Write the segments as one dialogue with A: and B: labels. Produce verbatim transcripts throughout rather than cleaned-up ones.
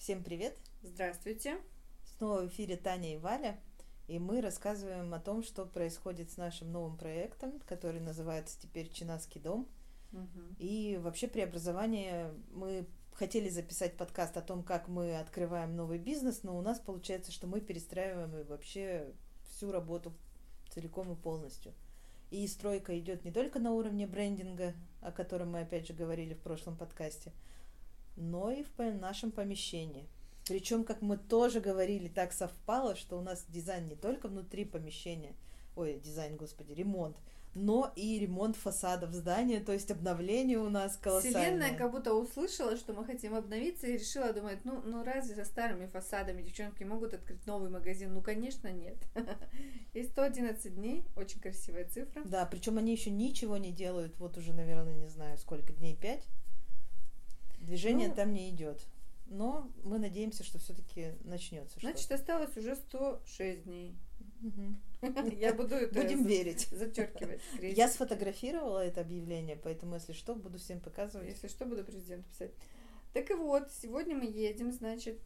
A: Всем привет!
B: Здравствуйте!
A: Снова в эфире Таня и Валя, и мы рассказываем о том, что происходит с нашим новым проектом, который называется теперь «Чинаский дом».
B: Угу.
A: И вообще преобразование, мы хотели записать подкаст о том, как мы открываем новый бизнес, но у нас получается, что мы перестраиваем вообще всю работу целиком и полностью. И стройка идет не только на уровне брендинга, о котором мы опять же говорили в прошлом подкасте, но и в нашем помещении. Причем, как мы тоже говорили, так совпало, что у нас дизайн не только внутри помещения, ой, дизайн, господи, ремонт, но и ремонт фасадов здания, то есть обновление у нас колоссальное.
B: Вселенная как будто услышала, что мы хотим обновиться, и решила, думает, ну, ну разве со старыми фасадами девчонки могут открыть новый магазин? Ну, конечно, нет. И сто одиннадцать дней, очень красивая цифра.
A: Да, причем они еще ничего не делают, вот уже, наверное, не знаю, сколько дней, пять. Движение ну, там не идет. Но мы надеемся, что все-таки начнется.
B: Значит,
A: что-то.
B: Осталось уже сто шесть дней.
A: Угу.
B: Я буду это
A: Будем верить.
B: Зачеркивать.
A: Я сфотографировала это объявление, поэтому, если что, буду всем показывать.
B: Если что, буду президенту писать. Так и вот, сегодня мы едем, значит,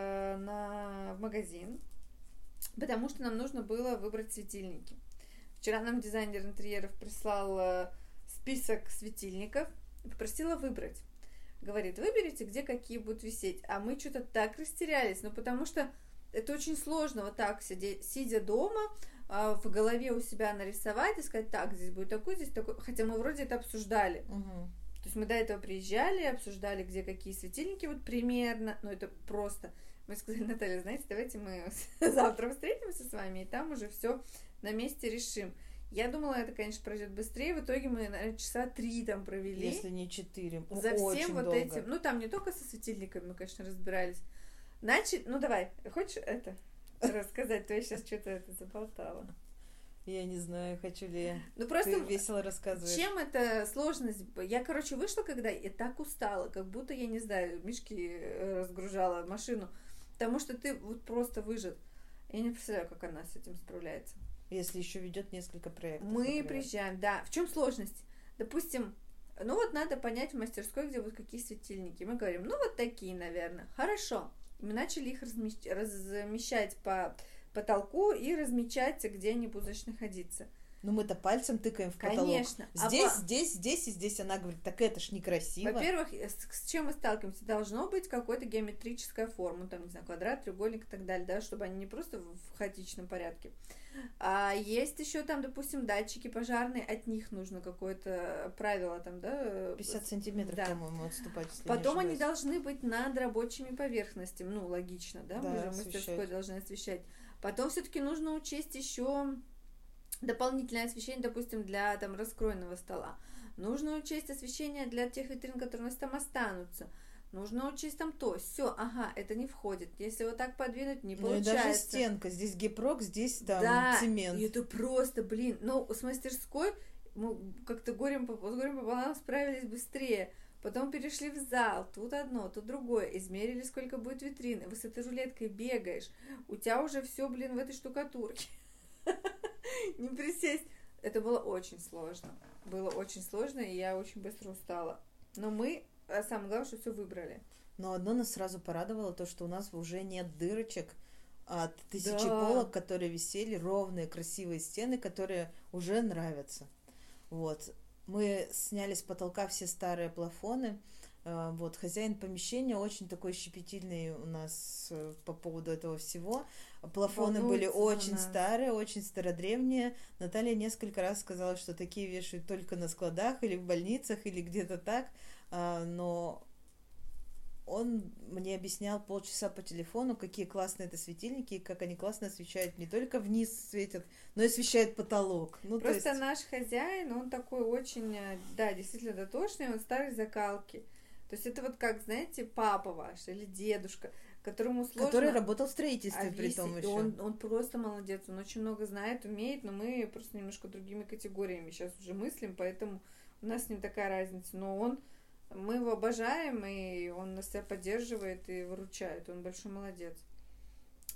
B: на в магазин, потому что нам нужно было выбрать светильники. Вчера нам дизайнер интерьеров прислал список светильников и попросила выбрать. Говорит, выберите, где какие будут висеть. А мы что-то так растерялись, ну потому что это очень сложно вот так, сидя, сидя дома, в голове у себя нарисовать и сказать, так, здесь будет такой, здесь такой. Хотя мы вроде это обсуждали.
A: Угу.
B: То есть мы до этого приезжали, обсуждали, где какие светильники, вот примерно, но это просто. Мы сказали, Наталья, знаете, давайте мы завтра встретимся с вами, и там уже все на месте решим. Я думала, это, конечно, пройдет быстрее. В итоге мы, наверное, часа три там провели.
A: Если не четыре.
B: За всем
A: очень
B: вот
A: долго.
B: этим. Ну, там не только со светильниками мы, конечно, разбирались. Значит, ну давай, хочешь это рассказать? То я сейчас что-то это заболтала.
A: Я не знаю, хочу ли я.
B: Ну, просто
A: ты весело рассказываешь.
B: Чем это сложность? Я, короче, вышла, когда и так устала, как будто, я не знаю, мешки разгружала машину. Потому что ты вот просто выжат. Я не представляю, как она с этим справляется.
A: Если еще ведет несколько проектов.
B: Мы
A: например.
B: приезжаем, да. В чем сложность? Допустим, ну вот надо понять в мастерской, где вот какие светильники. Мы говорим, ну вот такие, наверное. Хорошо. Мы начали их размещать, размещать по потолку и размечать, где они будут значит, находиться.
A: Ну мы-то пальцем тыкаем в потолок.
B: Конечно.
A: Здесь,
B: а
A: здесь, здесь и здесь. Она говорит, так это ж некрасиво.
B: Во-первых, с, с чем мы сталкиваемся? Должно быть какая-то геометрическая форма, там, не знаю, квадрат, треугольник и так далее, да, чтобы они не просто в хаотичном порядке. А есть еще там, допустим, датчики пожарные, от них нужно какое-то правило там, да?
A: пятьдесят сантиметров, да. По-моему, отступать.
B: Потом они должны быть над рабочими поверхностями, ну, логично, да,
A: да
B: мы же в мастерской должны освещать. Потом все-таки нужно учесть еще дополнительное освещение, допустим, для там раскроенного стола. Нужно учесть освещение для тех витрин, которые у нас там останутся. Нужно учесть там то, все, ага, это не входит. Если вот так подвинуть, не
A: ну
B: получается.
A: И даже стенка, здесь гипрок, здесь там
B: да,
A: цемент.
B: И это просто, блин, ну с мастерской мы как-то горем, с горем пополам справились быстрее. Потом перешли в зал, тут одно, тут другое, измерили, сколько будет витрин, вы с этой рулеткой бегаешь, у тебя уже все, блин, в этой штукатурке. Не присесть. Это было очень сложно. Было очень сложно, и я очень быстро устала. Но мы, самое главное, что все выбрали.
A: Но одно нас сразу порадовало, то, что у нас уже нет дырочек от тысячи
B: да.
A: полок, которые висели, ровные, красивые стены, которые уже нравятся. Вот. Мы сняли с потолка все старые плафоны. Вот. Хозяин помещения очень такой щепетильный у нас по поводу этого всего. Плафоны были очень старые, очень стародревние. Наталья несколько раз сказала, что такие вешают только на складах или в больницах, или где-то так. Но он мне объяснял полчаса по телефону, какие классные это светильники, и как они классно освещают, не только вниз светят, но и освещают потолок. Ну,
B: просто
A: есть...
B: наш хозяин, он такой очень, да, действительно дотошный, он старой закалки. То есть это вот как, знаете, папа ваш или дедушка, которому сложно...
A: Который работал в строительстве,
B: объяснить.
A: при том еще.
B: Он, он просто молодец, он очень много знает, умеет, но мы просто немножко другими категориями сейчас уже мыслим, поэтому у нас с ним такая разница. Но он, мы его обожаем, и он нас всегда поддерживает и выручает, он большой молодец.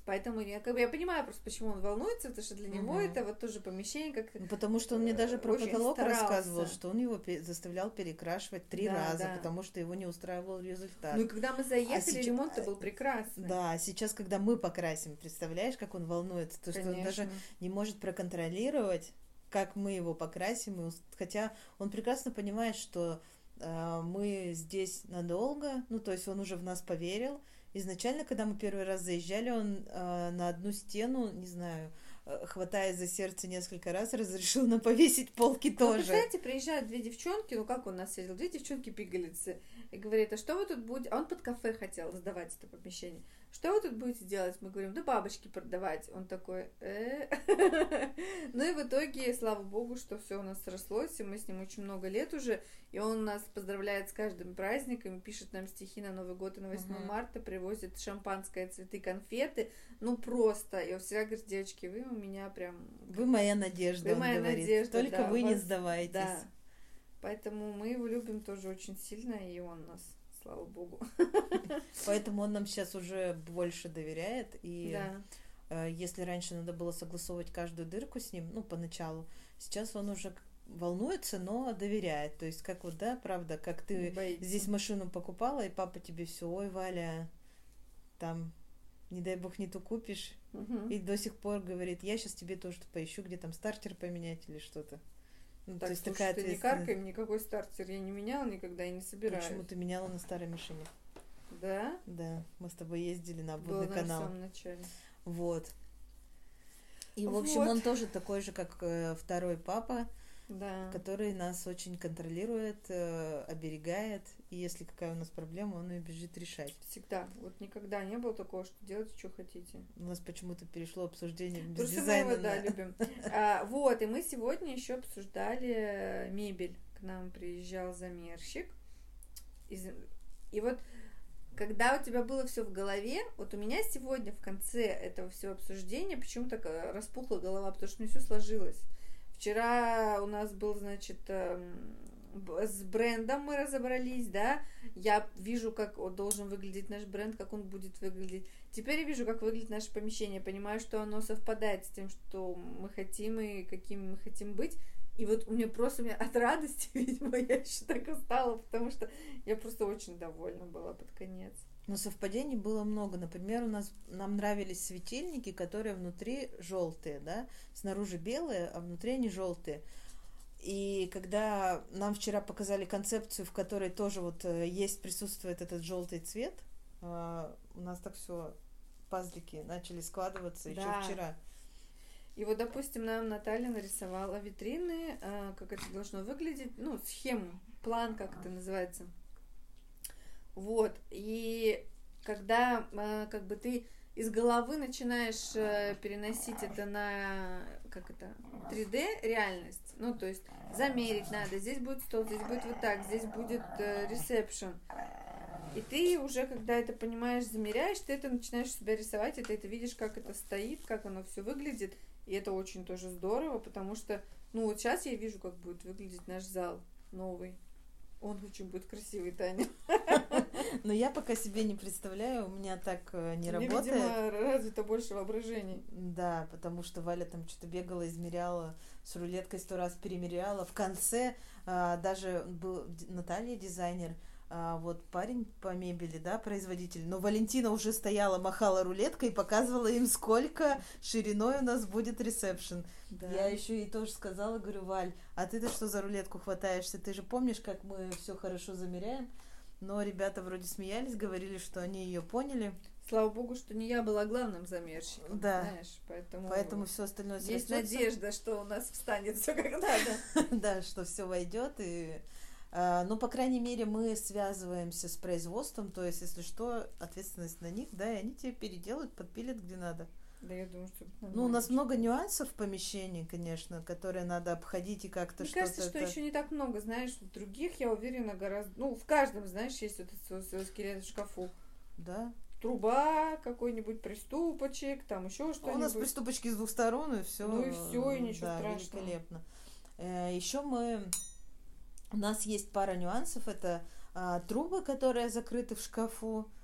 B: Поэтому я, как бы, я понимаю просто, почему он волнуется, потому что для него
A: Мгм.
B: это вот тоже помещение, как...
A: Ну, потому что он мне даже про
B: очень
A: потолок
B: старался.
A: рассказывал, что он его пе- заставлял перекрашивать три
B: Да,
A: раза,
B: да.
A: потому что его не устраивал результат.
B: Ну и когда мы заехали,
A: сейчас-
B: ремонт-то был прекрасный.
A: Да, сейчас, когда мы покрасим, представляешь, как он волнуется, то, что он
B: Конечно.
A: даже не может проконтролировать, как мы его покрасим, и ус- хотя он прекрасно понимает, что э, мы здесь надолго, ну, то есть он уже в нас поверил. Изначально, когда мы первый раз заезжали, он э, на одну стену, не знаю, э, хватаясь за сердце несколько раз, разрешил нам повесить полки
B: Ну,
A: тоже.
B: представляете, приезжают две девчонки, ну как он нас встретил, две девчонки пигалицы, и говорит, а что вы тут будете, а он под кафе хотел сдавать это помещение, что вы тут будете делать? Мы говорим, да бабочки продавать. Он такой, э Ну и в итоге, слава богу, что все у нас срослось, и мы с ним очень много лет уже, и он нас поздравляет с каждым праздником, пишет нам стихи на Новый год и на восьмое
A: Мгм.
B: марта, привозит шампанское, цветы, конфеты, ну просто, и он всегда говорит, девочки, вы у меня прям...
A: Вы моя надежда,
B: Вы
A: он
B: моя
A: говорит.
B: надежда,
A: Только
B: да,
A: вы не
B: вас-
A: сдавайтесь.
B: Да, поэтому мы его любим тоже очень сильно, и он нас, слава богу.
A: Поэтому он нам сейчас уже больше доверяет. И
B: Да.
A: э, если раньше надо было согласовывать каждую дырку с ним, ну, поначалу, сейчас он уже к- волнуется, но доверяет. То есть, как вот, да, правда, как
B: Не
A: ты
B: боится.
A: здесь машину покупала, и папа тебе все, ой, Валя, там, не дай бог, не ту купишь.
B: Мгм.
A: И до сих пор говорит, я сейчас тебе тоже поищу, где там стартер поменять или что-то. Ну,
B: Так,
A: то есть
B: слушай,
A: такая
B: ты не
A: ответственность.
B: каркай, никакой стартер я не меняла никогда и не собираюсь.
A: Почему ты меняла на старой машине?
B: Да?
A: Да, мы с тобой ездили на
B: Было,
A: обводный
B: наверное, в
A: канал.
B: самом начале.
A: Вот. И, в общем,
B: Вот.
A: он тоже такой же, как э, второй папа,
B: Да.
A: который нас очень контролирует, э, оберегает. И если какая у нас проблема, он ее бежит решать.
B: Всегда. Вот никогда не было такого, что делайте, что хотите.
A: У нас почему-то перешло обсуждение без
B: Потому что мы
A: дизайна.
B: его, да,
A: на-
B: любим. А, вот, и мы сегодня еще обсуждали мебель. К нам приезжал замерщик. Из- И вот, когда у тебя было все в голове, вот у меня сегодня в конце этого всего обсуждения почему-то так распухла голова, потому что мне все сложилось. Вчера у нас был, значит, эм, б- с брендом мы разобрались, да, я вижу, как вот должен выглядеть наш бренд, как он будет выглядеть. Теперь я вижу, как выглядит наше помещение, понимаю, что оно совпадает с тем, что мы хотим и какими мы хотим быть. И вот у меня просто у меня от радости, видимо, я еще так устала, потому что я просто очень довольна была под конец.
A: Но совпадений было много. Например, у нас нам нравились светильники, которые внутри желтые, да, снаружи белые, а внутри они желтые. И когда нам вчера показали концепцию, в которой тоже вот э, есть, присутствует этот желтый цвет, э, у нас так все пазлики начали складываться еще
B: Да.
A: вчера.
B: И вот, допустим, нам Наталья нарисовала витрины, а, как это должно выглядеть, ну, схему, план, как это называется. Вот, и когда а, как бы ты из головы начинаешь э, переносить это на, как это, три дэ реальность, ну, то есть замерить надо, здесь будет стол, здесь будет вот так, здесь будет ресепшн. И ты уже, когда это понимаешь, замеряешь, ты это начинаешь себя рисовать, и ты это видишь, как это стоит, как оно все выглядит. И это очень тоже здорово, потому что, ну, вот сейчас я вижу, как будет выглядеть наш зал новый. Он очень будет красивый, Таня.
A: Но я пока себе не представляю, у меня так э, не
B: Мне,
A: работает.
B: видимо, развито больше воображений.
A: Да, потому что Валя там что-то бегала, измеряла с рулеткой, сто раз перемеряла. В конце а, даже был д- Наталья дизайнер, а, вот парень по мебели, да, производитель. Но Валентина уже стояла, махала рулеткой и показывала им, сколько шириной у нас будет ресепшн.
B: Да.
A: Я еще ей тоже сказала, говорю, Валь, а ты-то что за рулетку хватаешься? Ты же помнишь, как мы все хорошо замеряем? Но ребята вроде смеялись, говорили, что они ее поняли.
B: Слава богу, что не я была главным замерщиком,
A: Да.
B: знаешь, поэтому,
A: Поэтому все остальное
B: есть
A: срастётся.
B: надежда, что у нас встанет все как надо.
A: Да, что все войдет. И, а, ну, по крайней мере, мы связываемся с производством, то есть, если что, ответственность на них, да, и они тебе переделают, подпилят где надо.
B: Да, я думаю, что это
A: Ну, у
B: нормально.
A: нас много нюансов в помещении, конечно, которые надо обходить и как-то
B: Мне
A: что-то...
B: кажется, что
A: это-
B: еще не так много, знаешь, в других, я уверена, гораздо... Ну, в каждом, знаешь, есть вот этот свой, свой скелет в шкафу.
A: Да.
B: Труба, какой-нибудь приступочек, там еще
A: А
B: что-нибудь.
A: у нас приступочки с двух сторон, и все.
B: Ну и всё, и ничего
A: да,
B: страшного.
A: великолепно. Еще мы... У нас есть пара нюансов. Это а, трубы, которые закрыты в шкафу.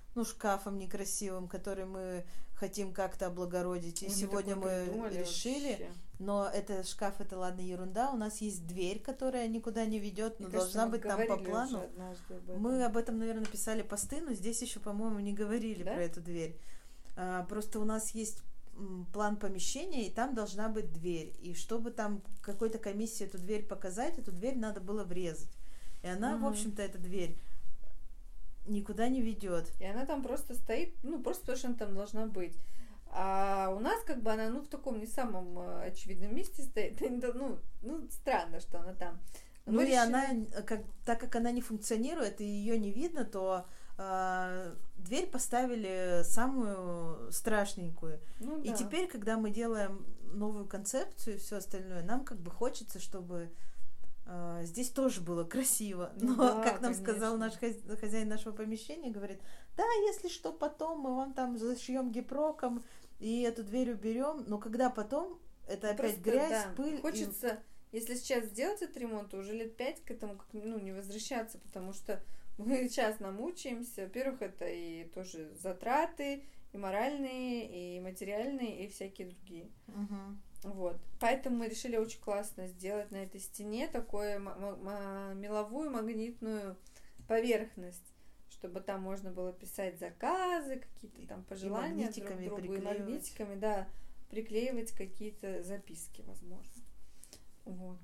A: ну, шкафом некрасивым, который мы хотим как-то облагородить. И
B: Мы
A: сегодня мы
B: придумали
A: решили,
B: вообще.
A: но это шкаф, это ладно, ерунда. У нас есть дверь, которая никуда не ведет, но
B: Мне кажется,
A: должна
B: мы
A: быть там по
B: говорили
A: плану.
B: уже однажды об этом.
A: Мы об этом, наверное, писали посты, но здесь еще, по-моему, не говорили
B: Да?
A: про эту дверь. А, просто у нас есть м, план помещения, и там должна быть дверь. И чтобы там какой-то комиссии эту дверь показать, эту дверь надо было врезать. И она,
B: Мгм.
A: в общем-то, эта дверь никуда не ведет.
B: И она там просто стоит, ну, просто потому что она там должна быть. А у нас как бы она, ну, в таком не самом э, очевидном месте стоит. Ну, ну, странно, что она там. Но
A: Ну
B: мы
A: и
B: решили-
A: она, как, так как она не функционирует и ее не видно, то э, дверь поставили самую страшненькую.
B: Ну,
A: И
B: да.
A: теперь, когда мы делаем новую концепцию и все остальное, нам как бы хочется, чтобы э, здесь тоже было красиво.
B: Ну
A: Но,
B: да,
A: как нам сказал
B: конечно.
A: наш хозя- хозяин нашего помещения, говорит, да, если что, потом мы вам там зашьем гипроком и эту дверь уберем. Но когда потом, это опять
B: Просто,
A: грязь,
B: да,
A: пыль. и-
B: Хочется, если сейчас сделать этот ремонт, то уже лет пять к этому как, ну, не возвращаться, потому что мы сейчас намучаемся. Во-первых, это и тоже затраты, и моральные, и материальные, и всякие другие.
A: Мгм.
B: Вот. Поэтому мы решили очень классно сделать на этой стене такую м- м- м- меловую магнитную поверхность, чтобы там можно было писать заказы, какие-то там пожелания друг
A: магнитиками
B: другу, и
A: приклеивать.
B: магнитиками, да, приклеивать какие-то записки, возможно. Вот.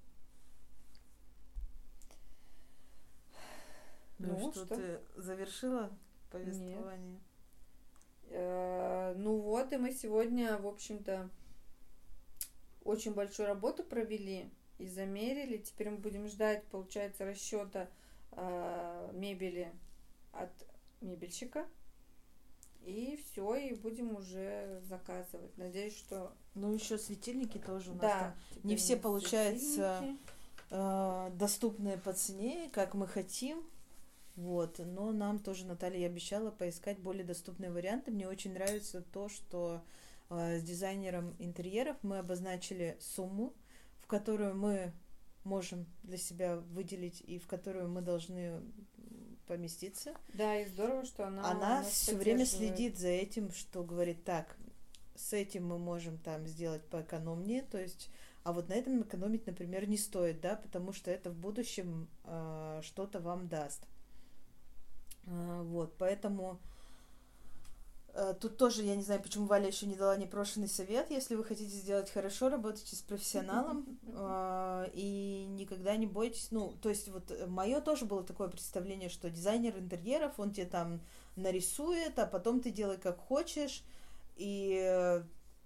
A: Ну,
B: Ну,
A: что,
B: что?
A: ты завершила повествование?
B: Э, Ну вот, и мы сегодня, в общем-то, очень большую работу провели и замерили. Теперь мы будем ждать, получается, расчета э, мебели от мебельщика. И все, и будем уже заказывать. Надеюсь, что...
A: Ну, еще светильники тоже у нас
B: Да,
A: там
B: теперь
A: не
B: у
A: все
B: нас
A: получаются
B: светильники.
A: э, доступные по цене, как мы хотим. Вот. Но нам тоже Наталья обещала поискать более доступные варианты. Мне очень нравится то, что э, с дизайнером интерьеров мы обозначили сумму, в которую мы можем для себя выделить и в которую мы должны поместиться.
B: Да, и здорово, что она,
A: Она
B: нас
A: все время
B: поддерживает.
A: следит за этим, что говорит, так, с этим мы можем там сделать поэкономнее, то есть, а вот на этом экономить, например, не стоит, да, потому что это в будущем э, что-то вам даст. Э, вот, поэтому э, тут тоже, я не знаю, почему Валя еще не дала непрошенный совет. Если вы хотите сделать хорошо, работайте с профессионалом э, и никогда не бойтесь. Ну, то есть вот мое тоже было такое представление, что дизайнер интерьеров, он тебе там нарисует, а потом ты делай как хочешь, и э,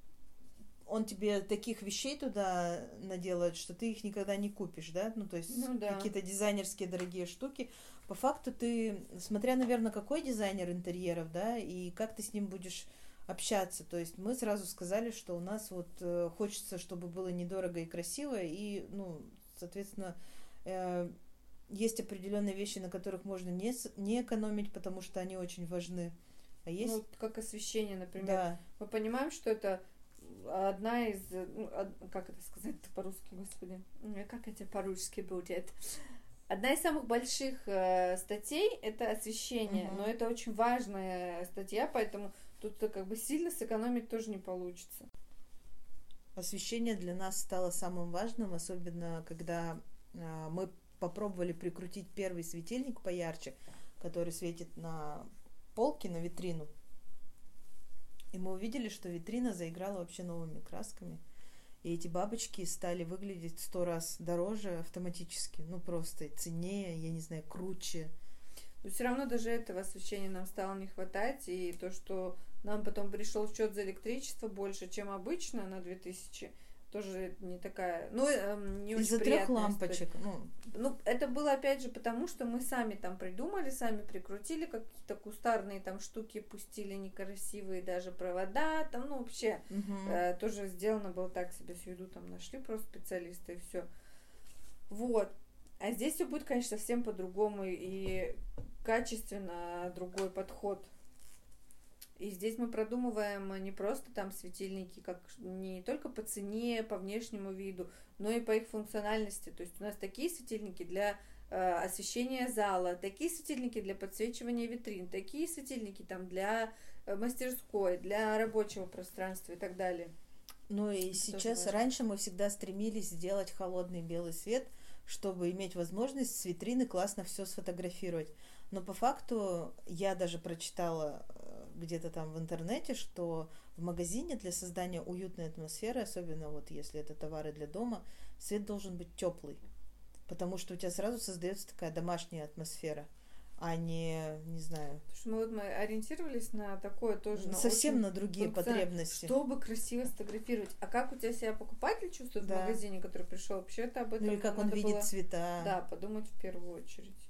A: он тебе таких вещей туда наделает, что ты их никогда не купишь, да? Ну, то есть
B: Ну да.
A: какие-то дизайнерские дорогие штуки. По факту ты, смотря, наверное, какой дизайнер интерьеров, да, и как ты с ним будешь общаться. То есть мы сразу сказали, что у нас вот э, хочется, чтобы было недорого и красиво, и, ну, соответственно, э, есть определенные вещи, на которых можно не, с- не экономить, потому что они очень важны. А есть...
B: Ну, вот как освещение, например.
A: да.
B: Мы понимаем, что это одна из, ну, од- как это сказать по-русски, господи, М, как это по-русски будет? Одна из самых больших э, статей это освещение,
A: Мгм.
B: но это очень важная статья, поэтому тут как бы сильно сэкономить тоже не получится.
A: Освещение для нас стало самым важным, особенно когда а, мы попробовали прикрутить первый светильник поярче, который светит на полке, на витрину. И мы увидели, что витрина заиграла вообще новыми красками. И эти бабочки стали выглядеть в сто раз дороже автоматически. Ну, просто ценнее, я не знаю, круче.
B: Но все равно даже этого освещения нам стало не хватать, и то, что нам потом пришел счет за электричество больше, чем обычно на две тысячи, тоже не такая, ну, эм, не очень
A: Из-за трех
B: приятная
A: лампочек. Ну,
B: Ну, это было, опять же, потому что мы сами там придумали, сами прикрутили какие-то кустарные там штуки, пустили некрасивые даже провода, там, ну, вообще,
A: мгм.
B: э, тоже сделано было так себе, с виду там нашли просто специалисты и все. Вот. А здесь все будет, конечно, совсем по-другому и качественно другой подход. И здесь мы продумываем не просто там светильники, как не только по цене, по внешнему виду, но и по их функциональности. То есть у нас такие светильники для э, освещение зала, такие светильники для подсвечивания витрин, такие светильники там для э, мастерской, для рабочего пространства и так далее.
A: Ну и
B: Это
A: сейчас, раньше мы всегда стремились сделать холодный белый свет, чтобы иметь возможность с витрины классно все сфотографировать. Но по факту я даже прочитала э, где-то там в интернете, что в магазине для создания уютной атмосферы, особенно вот если это товары для дома, свет должен быть теплый, потому что у тебя сразу создается такая домашняя атмосфера, а не, не знаю.
B: Потому что мы вот мы ориентировались на такое тоже.
A: Совсем на другие потребности.
B: Чтобы красиво сфотографировать. А как у тебя себя покупатель чувствует
A: Да.
B: в магазине, который пришел? Вообще-то об этом
A: Ну или как он
B: надо
A: видит
B: было,
A: цвета.
B: да, подумать в первую очередь.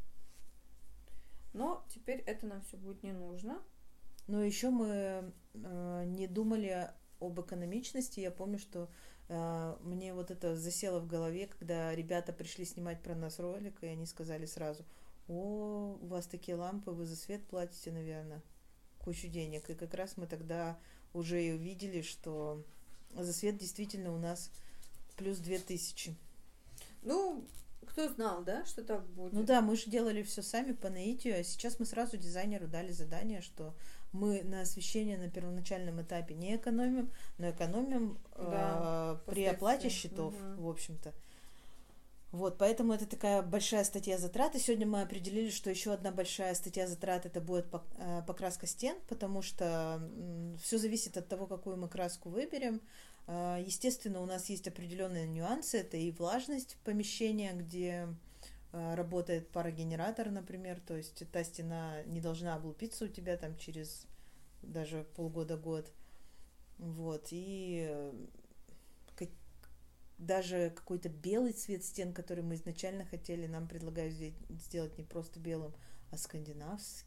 B: Но теперь это нам все будет не нужно.
A: Но еще мы э, не думали об экономичности. Я помню, что э, мне вот это засело в голове, когда ребята пришли снимать про нас ролик, и они сказали сразу: о, у вас такие лампы, вы за свет платите, наверное, кучу денег. И как раз мы тогда уже и увидели, что за свет действительно у нас плюс две тысячи.
B: Ну, кто знал, да, что так будет?
A: Ну да, мы же делали все сами по наитию, а сейчас мы сразу дизайнеру дали задание, что мы на освещение на первоначальном этапе не экономим, но экономим
B: Да,
A: э, при оплате
B: впоследствии.
A: счетов,
B: Мгм.
A: в общем-то. Вот, поэтому это такая большая статья затрат. И сегодня мы определили, что еще одна большая статья затрат это будет пок- э, покраска стен, потому что все зависит от того, какую мы краску выберем. Э, Естественно, у нас есть определенные нюансы. Это и влажность помещения, где э, работает парогенератор, например. То есть та стена не должна облупиться у тебя там через даже полгода-год. Вот. И э, ка- даже какой-то белый цвет стен, который мы изначально хотели, нам предлагают сделать, сделать не просто белым, а скандинавс...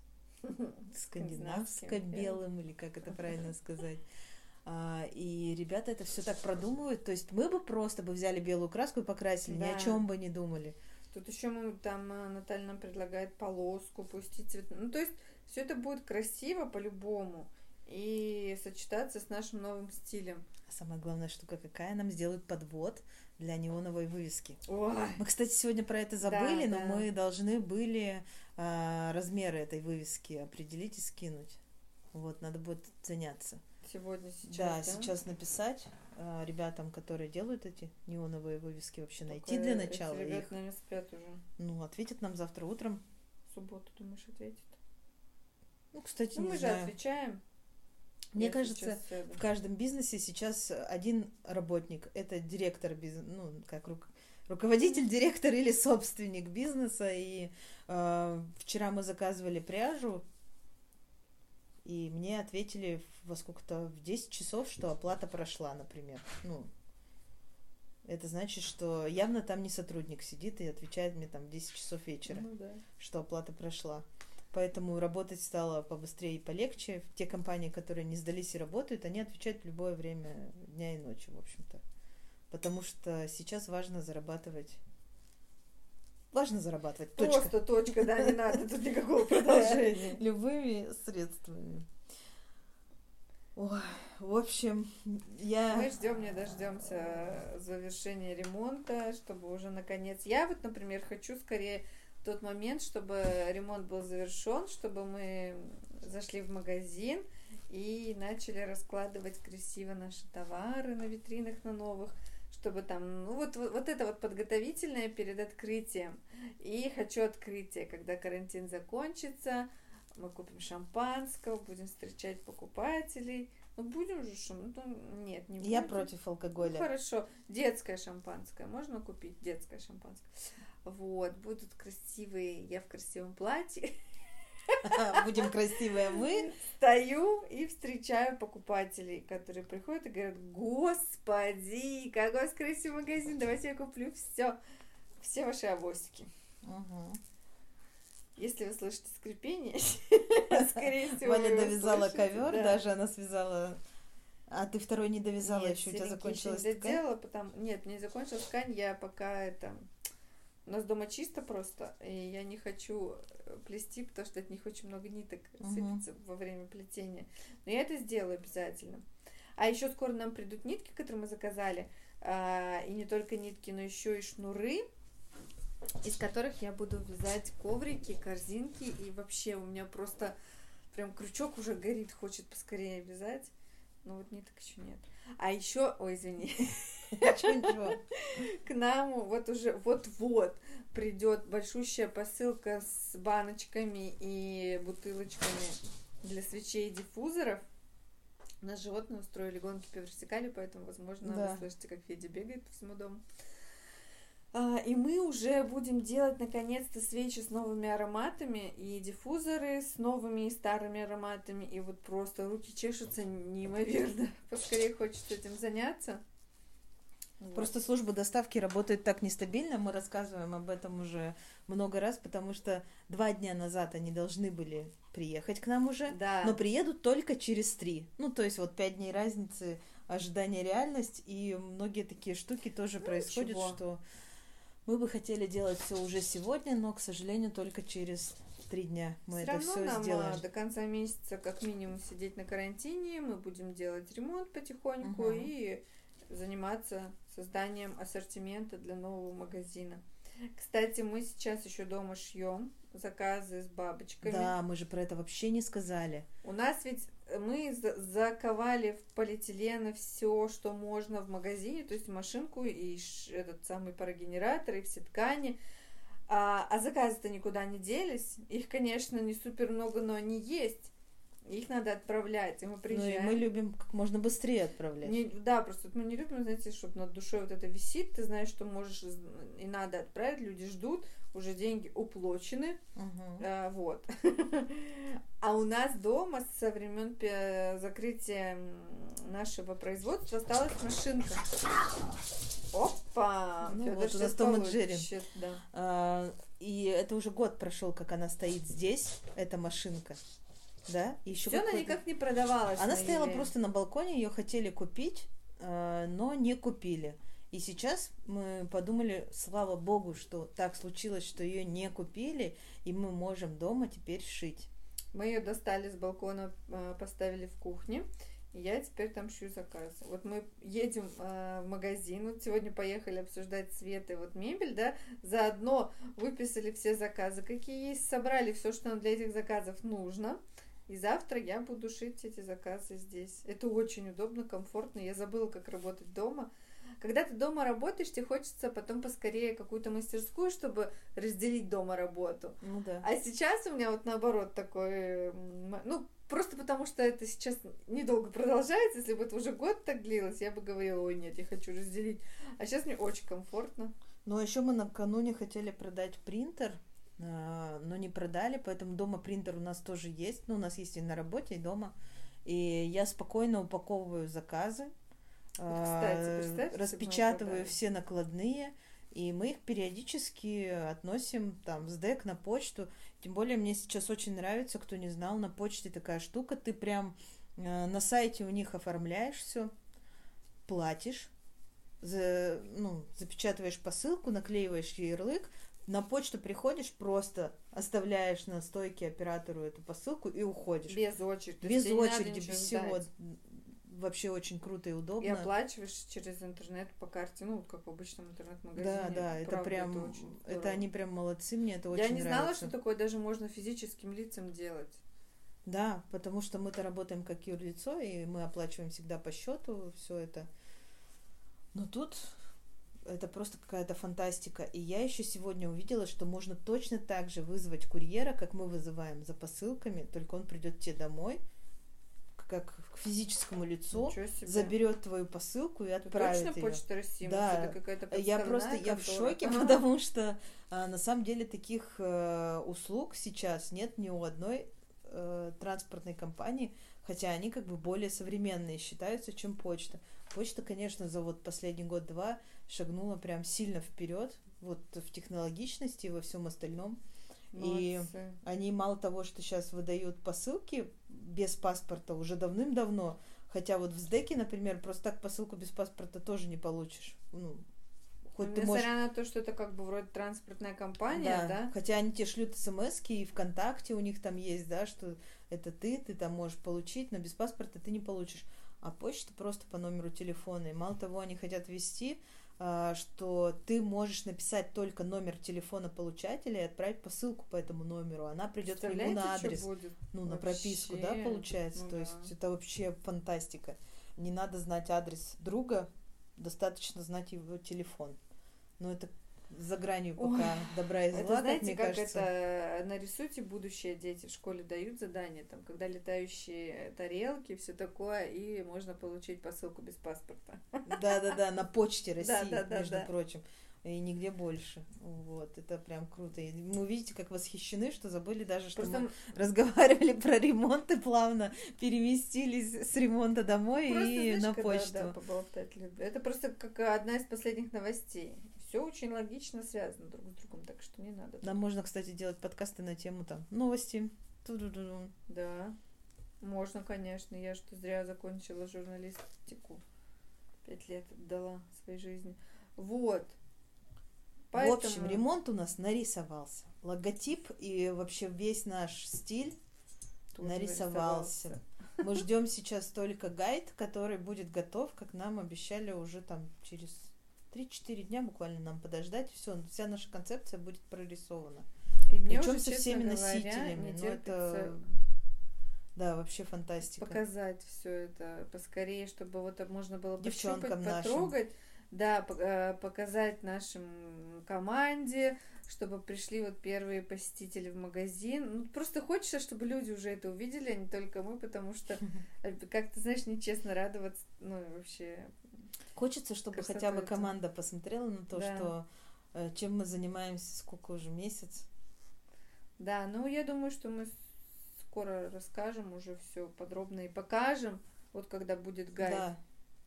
A: скандинавско-белым, или как это правильно сказать. А, и ребята это все так продумывают. То есть мы бы просто бы взяли белую краску и покрасили, ни
B: Да.
A: о чем бы не думали.
B: Тут еще мы там э, Наталья нам предлагает полоску пустить цвет. Ну, то есть все это будет красиво по-любому и сочетаться с нашим новым стилем.
A: А самая главная штука какая? Нам сделают подвод для неоновой вывески.
B: Ой,
A: Мы, кстати, сегодня про это забыли,
B: Да,
A: но
B: да.
A: мы должны были а, размеры этой вывески определить и скинуть. Вот, надо будет заняться.
B: сегодня, сейчас,
A: Да,
B: да?
A: сейчас написать а, ребятам, которые делают эти неоновые вывески, вообще
B: Только
A: найти для
B: эти
A: начала
B: ребята,
A: их.
B: наверное, спят уже.
A: Ну, ответят нам завтра утром.
B: В субботу, думаешь, ответит?
A: Ну, кстати,
B: Ну,
A: не
B: мы же
A: знаю.
B: отвечаем.
A: Мне
B: Я
A: кажется,
B: сейчас сяду.
A: в каждом бизнесе сейчас один работник. Это директор бизнеса, ну, как рук- руководитель, директор или собственник бизнеса. И э, вчера мы заказывали пряжу, и мне ответили во сколько-то, в десять часов, что оплата прошла, например. Ну, это значит, что явно там не сотрудник сидит и отвечает мне там в десять часов вечера,
B: Ну, да.
A: что оплата прошла. Поэтому работать стало побыстрее и полегче. Те компании, которые не сдались и работают, они отвечают в любое время дня и ночи, в общем-то. Потому что сейчас важно зарабатывать. Важно зарабатывать. Точка.
B: Просто точка, да, не надо тут никакого продолжения.
A: Любыми средствами. Ой, в общем, я...
B: Мы ждем, не дождемся завершения ремонта, чтобы уже наконец... Я вот, например, хочу скорее тот момент, чтобы ремонт был завершен, чтобы мы зашли в магазин и начали раскладывать красиво наши товары на витринах, на новых, чтобы там, ну вот, вот, вот это вот подготовительное перед открытием. И хочу открытие, когда карантин закончится, мы купим шампанского, будем встречать покупателей. Ну, будем же шам... ну, нет, не будем.
A: Я против алкоголя.
B: Ну, хорошо. Детское шампанское. Можно купить детское шампанское? Вот. Будут красивые. Я в красивом платье.
A: Будем красивые мы.
B: Стою и встречаю покупателей, которые приходят и говорят: господи, какой у вас красивый магазин, давайте я куплю все. Все ваши авосики.
A: Угу.
B: Если вы слышите скрипение, скорее всего,
A: Валя
B: вы его
A: довязала
B: слышите,
A: ковер,
B: да.
A: даже она связала. А ты второй не довязала,
B: Нет,
A: еще у тебя
B: серенький
A: закончилась
B: еще не
A: ткань?
B: доделала, потому... Нет, не закончилась ткань, я пока это... У нас дома чисто просто, и я не хочу плести, потому что от них очень много ниток
A: Мгм.
B: сыпется во время плетения. Но я это сделаю обязательно. А еще скоро нам придут нитки, которые мы заказали, а, и не только нитки, но еще и шнуры. из которых я буду вязать коврики, корзинки, и вообще у меня просто прям крючок уже горит, хочет поскорее вязать, но вот ниток еще нет. А еще, ой, извини, к нам вот уже вот-вот придет большущая посылка с баночками и бутылочками для свечей и диффузоров. У нас животные устроили гонки по вертикали, поэтому, возможно, да. Вы слышите, как Федя бегает по всему дому. А, и мы уже будем делать, наконец-то, свечи с новыми ароматами и диффузоры с новыми и старыми ароматами. И вот просто руки чешутся неимоверно. Поскорее хочется этим заняться.
A: Просто вот. Служба доставки работает так нестабильно, мы рассказываем об этом уже много раз, потому что два дня назад они должны были приехать к нам уже,
B: да.
A: но приедут только через три. Ну, то есть вот пять дней разницы, ожидание, реальность, и многие такие штуки тоже ну, происходят, ничего. Что мы бы хотели делать все уже сегодня, но, к сожалению, только через три дня мы
B: все
A: это все
B: нам
A: сделаем.
B: До конца месяца как минимум сидеть на карантине, мы будем делать ремонт потихоньку uh-huh. и заниматься созданием ассортимента для нового магазина. Кстати, мы сейчас еще дома шьем заказы с бабочками.
A: Да, мы же про это вообще не сказали.
B: У нас ведь мы заковали в полиэтилен все, что можно в магазине, то есть машинку и этот самый парогенератор, и все ткани. А, а заказы-то никуда не делись. Их, конечно, не супер много, но они есть. Их надо отправлять, и мы приезжаем.
A: Ну и мы любим как можно быстрее отправлять.
B: Не, да, просто мы не любим, знаете, чтобы над душой вот это висит, ты знаешь, что можешь и надо отправить, люди ждут, уже деньги уплочены,
A: угу.
B: а, вот. А у нас дома со времен закрытия нашего производства осталась машинка. Опа!
A: Ну
B: Фёдор
A: вот у нас Том и Джерри.
B: Да.
A: А, и это уже год прошел, как она стоит здесь, эта машинка. Да?
B: Еще она никак не продавалась.
A: Она стояла или... просто на балконе, ее хотели купить, э, но не купили. И сейчас мы подумали, слава богу, что так случилось, что ее не купили, и мы можем дома теперь шить.
B: Мы ее достали с балкона, э, поставили в кухне, и я теперь там шью заказ. Вот мы едем э, в магазин, вот сегодня поехали обсуждать цвет и вот мебель, да, заодно выписали все заказы, какие есть, собрали все, что нам для этих заказов нужно. И завтра я буду шить эти заказы здесь. Это очень удобно, комфортно. Я забыла, как работать дома. Когда ты дома работаешь, тебе хочется потом поскорее какую-то мастерскую, чтобы разделить дома работу.
A: Ну да.
B: А сейчас у меня вот наоборот такой... Ну, просто потому что это сейчас недолго продолжается. Если бы это уже год так длилось, я бы говорила, ой, нет, я хочу разделить. А сейчас мне очень комфортно.
A: Ну, а еще мы накануне хотели продать принтер, но не продали, поэтому дома принтер у нас тоже есть, ну, у нас есть и на работе, и дома, и я спокойно упаковываю заказы,
B: Кстати,
A: распечатываю все накладные, и мы их периодически относим там с ДЭК на почту, тем более мне сейчас очень нравится, кто не знал, на почте такая штука, ты прям на сайте у них оформляешь все, платишь, за, ну, запечатываешь посылку, наклеиваешь ярлык, на почту приходишь, просто оставляешь на стойке оператору эту посылку и уходишь.
B: Без очереди.
A: Без очереди, без всего. Вообще очень круто и удобно.
B: И оплачиваешь через интернет по карте, ну, как в обычном интернет-магазине.
A: Да, да, это Правда, прям, это, это они прям молодцы, мне это очень нравится.
B: Я не знала, что такое даже можно физическим лицам делать.
A: Да, потому что мы-то работаем как юрлицо, и мы оплачиваем всегда по счету все это. Но тут... Это просто какая-то фантастика. И я еще сегодня увидела, что можно точно так же вызвать курьера, как мы вызываем за посылками, только он придет тебе домой, как к физическому лицу, заберет твою посылку и отправит
B: точно
A: ее.
B: Почта России?
A: Да,
B: это какая-то
A: я просто
B: контора.
A: Я в шоке, потому что а, на самом деле таких э, услуг сейчас нет ни у одной э, транспортной компании, хотя они как бы более современные считаются, чем почта. Почта, конечно, за вот последний год-два шагнула прям сильно вперед, вот в технологичности и во всем остальном. Молодцы. И они мало того, что сейчас выдают посылки без паспорта уже давным-давно, хотя вот в СДЭКе, например, просто так посылку без паспорта тоже не получишь. Ну,
B: хоть ну, ты несмотря можешь... на то, что это как бы вроде транспортная компания, да?
A: да? Хотя они тебе шлют смс-ки, и ВКонтакте у них там есть, да, что это ты, ты там можешь получить, но без паспорта ты не получишь. А почта просто по номеру телефона. И мало того, они хотят ввести а, что ты можешь написать только номер телефона получателя и отправить посылку по этому номеру. Она придет к нему на адрес.
B: Будет?
A: Ну, на
B: Вообще.
A: прописку, да, получается.
B: Ну,
A: То
B: да.
A: есть это вообще фантастика. Не надо знать адрес друга, достаточно знать его телефон. Но это за гранью пока
B: Ой,
A: добра и зла,
B: это
A: как
B: знаете,
A: мне
B: как
A: кажется.
B: это нарисуйте будущее, дети в школе дают задания, там, когда летающие тарелки, все такое, и можно получить посылку без паспорта.
A: Да-да-да, на почте России,
B: Да, да, да,
A: между
B: да.
A: прочим. И нигде больше. Вот, это прям круто. И мы, видите, как восхищены, что забыли даже, что
B: Просто
A: мы разговаривали про ремонт и плавно переместились с ремонта домой
B: Просто,
A: и
B: знаешь,
A: на
B: когда,
A: почту.
B: да, поболтать люблю. Это просто как одна из последних новостей. Все очень логично связано друг с другом, так что не надо.
A: Нам можно, кстати, делать подкасты на тему там новости. Ту-ду-ду-ду.
B: Да, можно, конечно. Я что зря закончила журналистику. Пять лет отдала своей жизни. Вот. Поэтому...
A: В общем, ремонт у нас нарисовался. Логотип и вообще весь наш стиль
B: Тоже
A: нарисовался.
B: нарисовался.
A: Мы ждем сейчас только гайд, который будет готов, как нам обещали уже там через три-четыре дня буквально нам подождать. Все, вся наша концепция будет прорисована.
B: И мне
A: Причем
B: уже,
A: со
B: честно
A: всеми
B: говоря,
A: носителями.
B: не
A: Ну,
B: терпится
A: это да, вообще фантастика.
B: показать все это поскорее, чтобы вот можно было
A: Девчонкам
B: пощупать,
A: нашим.
B: потрогать. Да, по- э, показать нашим команде, чтобы пришли вот первые посетители в магазин. Ну, просто хочется, чтобы люди уже это увидели, а не только мы, потому что как-то, знаешь, нечестно радоваться, ну, и вообще...
A: Хочется, чтобы
B: Красота
A: хотя бы
B: это.
A: команда посмотрела на то,
B: Да.
A: что э, чем мы занимаемся, сколько уже месяц.
B: Да, ну, я думаю, что мы скоро расскажем уже все подробно и покажем, вот когда будет гайд.
A: Да.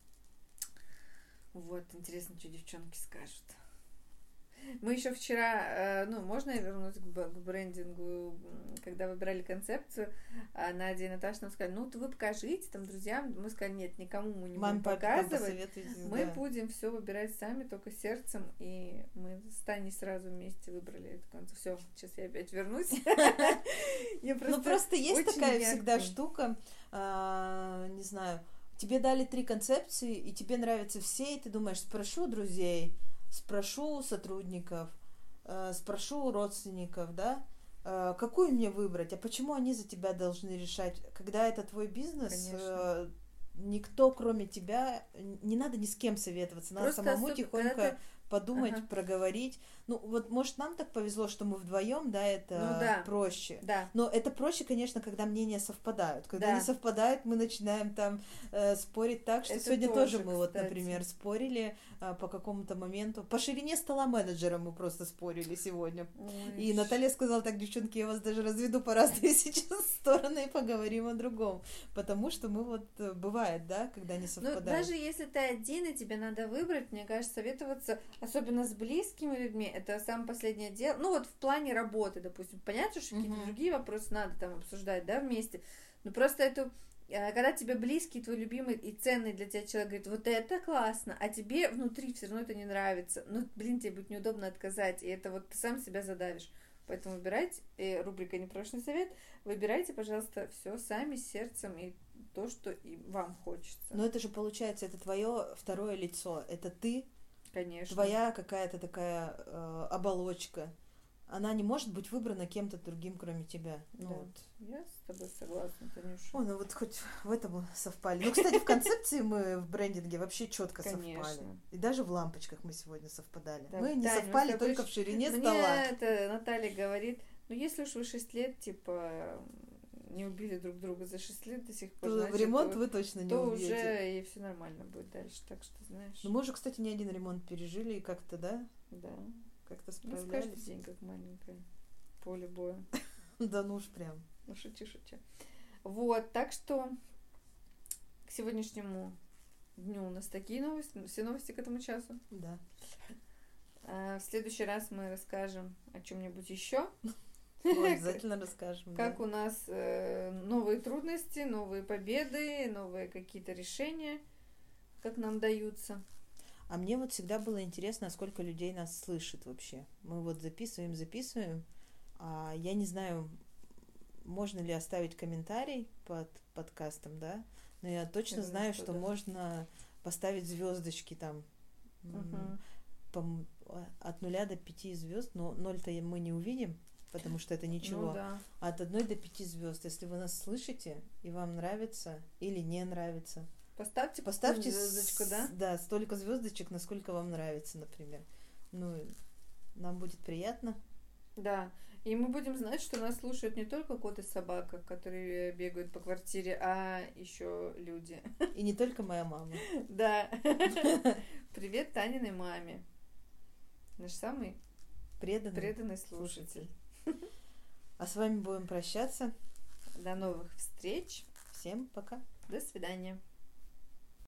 B: Вот, интересно, что девчонки скажут. Мы еще вчера, э, ну, можно я вернусь к, б- к брендингу, м, когда выбирали концепцию, а Надя и Наташа нам сказали, ну, вот вы покажите там друзьям. Мы сказали, нет, никому мы не
A: Маме,
B: будем
A: папе там
B: показывать.
A: посоветуйте,
B: Мы
A: да.
B: будем все выбирать сами, только сердцем, и мы с Таней сразу вместе выбрали эту концепцию. Все, сейчас я опять вернусь. Я
A: Ну, просто есть
B: очень
A: такая всегда
B: яркая.
A: штука, а, не знаю, тебе дали три концепции, и тебе нравятся все, и ты думаешь, спрошу друзей, спрошу сотрудников, э, спрошу родственников, да, э, какую мне выбрать, а почему они за тебя должны решать, когда это твой бизнес, э, никто кроме тебя, не надо ни с кем советоваться, надо
B: Просто
A: самому
B: особ-
A: тихонько
B: когда ты-
A: подумать,
B: Ага.
A: проговорить. Ну, вот, может, нам так повезло, что мы вдвоем, да, это
B: Ну да.
A: проще.
B: Да,
A: Но это проще, конечно, когда мнения совпадают. Когда
B: Да.
A: не совпадают, мы начинаем там э, спорить так, что
B: Это
A: сегодня
B: тоже,
A: тоже мы вот,
B: кстати.
A: например, спорили э, по какому-то моменту. По ширине стола менеджера мы просто спорили сегодня.
B: Ой,
A: И Наталья сказала, так, девчонки, я вас даже разведу по разные сейчас стороны и поговорим о другом. Потому что мы вот, э, бывает, да, когда не
B: Ну,
A: совпадают.
B: даже если ты один, и тебе надо выбрать, мне кажется, советоваться, особенно с близкими людьми, это самое последнее дело. Ну, вот в плане работы, допустим. Понятно, что какие-то
A: Мгм.
B: другие вопросы надо там обсуждать, да, вместе. Но просто это, э, когда тебе близкий, твой любимый и ценный для тебя человек говорит, вот это классно, а тебе внутри все равно это не нравится. Ну, блин, тебе будет неудобно отказать, и это вот ты сам себя задавишь. Поэтому выбирайте, и рубрика «Непрошенный совет», выбирайте, пожалуйста, все сами, с сердцем, и то, что и вам хочется.
A: Но это же получается, это твое второе лицо. Это ты,
B: Конечно.
A: твоя какая-то такая э, оболочка. Она не может быть выбрана кем-то другим, кроме тебя. Ну,
B: Да.
A: вот.
B: Я с тобой согласна, Танюша.
A: Ой, ну вот хоть в этом совпали. Ну, кстати, в концепции мы в брендинге вообще четко
B: Конечно.
A: совпали. И даже в лампочках мы сегодня совпадали.
B: Да,
A: мы не
B: Тань, мы
A: совпали
B: с тобой
A: только
B: щ-
A: в ширине
B: Мне
A: стола.
B: это Наталья говорит, ну если уж вы шесть лет, типа, не убили друг друга за шесть лет до сих пор,
A: То
B: значит,
A: в ремонт
B: вы-
A: вы точно не
B: то
A: убьете.
B: уже и все нормально будет дальше, так что, знаешь,
A: Ну, мы уже, кстати, не один ремонт пережили и как-то, да,
B: да.
A: как-то
B: У нас каждый
A: справлялись.
B: день как маленькое поле боя.
A: Да ну уж прям.
B: Ну, шучу, шучу. Вот, так что к сегодняшнему дню у нас такие новости, все новости к этому часу.
A: Да.
B: А в следующий раз мы расскажем о чем-нибудь еще.
A: Ну, обязательно расскажем.
B: Как
A: да.
B: у нас э, новые трудности, новые победы, новые какие-то решения, как нам даются.
A: А мне вот всегда было интересно, сколько людей нас слышит вообще. Мы вот записываем, записываем, а я не знаю, можно ли оставить комментарий под подкастом, да? Но я точно
B: Я думаю,
A: знаю,
B: что
A: что
B: да.
A: можно поставить звездочки там
B: Мгм.
A: Пом- От нуля до пяти звезд, но ноль-то мы не увидим, потому что это ничего.
B: Ну да.
A: От одной до пяти звезд, если вы нас слышите и вам нравится или не нравится,
B: Поставьте,
A: поставьте
B: звездочку,
A: с-
B: да?
A: да, столько звездочек, насколько вам нравится, например. Ну, нам будет приятно.
B: Да. И мы будем знать, что нас слушают не только кот и собака, которые бегают по квартире, а еще люди.
A: И не только моя мама.
B: Да. Привет Таниной маме. Наш самый
A: Преданный.
B: преданный слушатель.
A: А с вами будем прощаться.
B: До новых встреч.
A: Всем пока.
B: До свидания.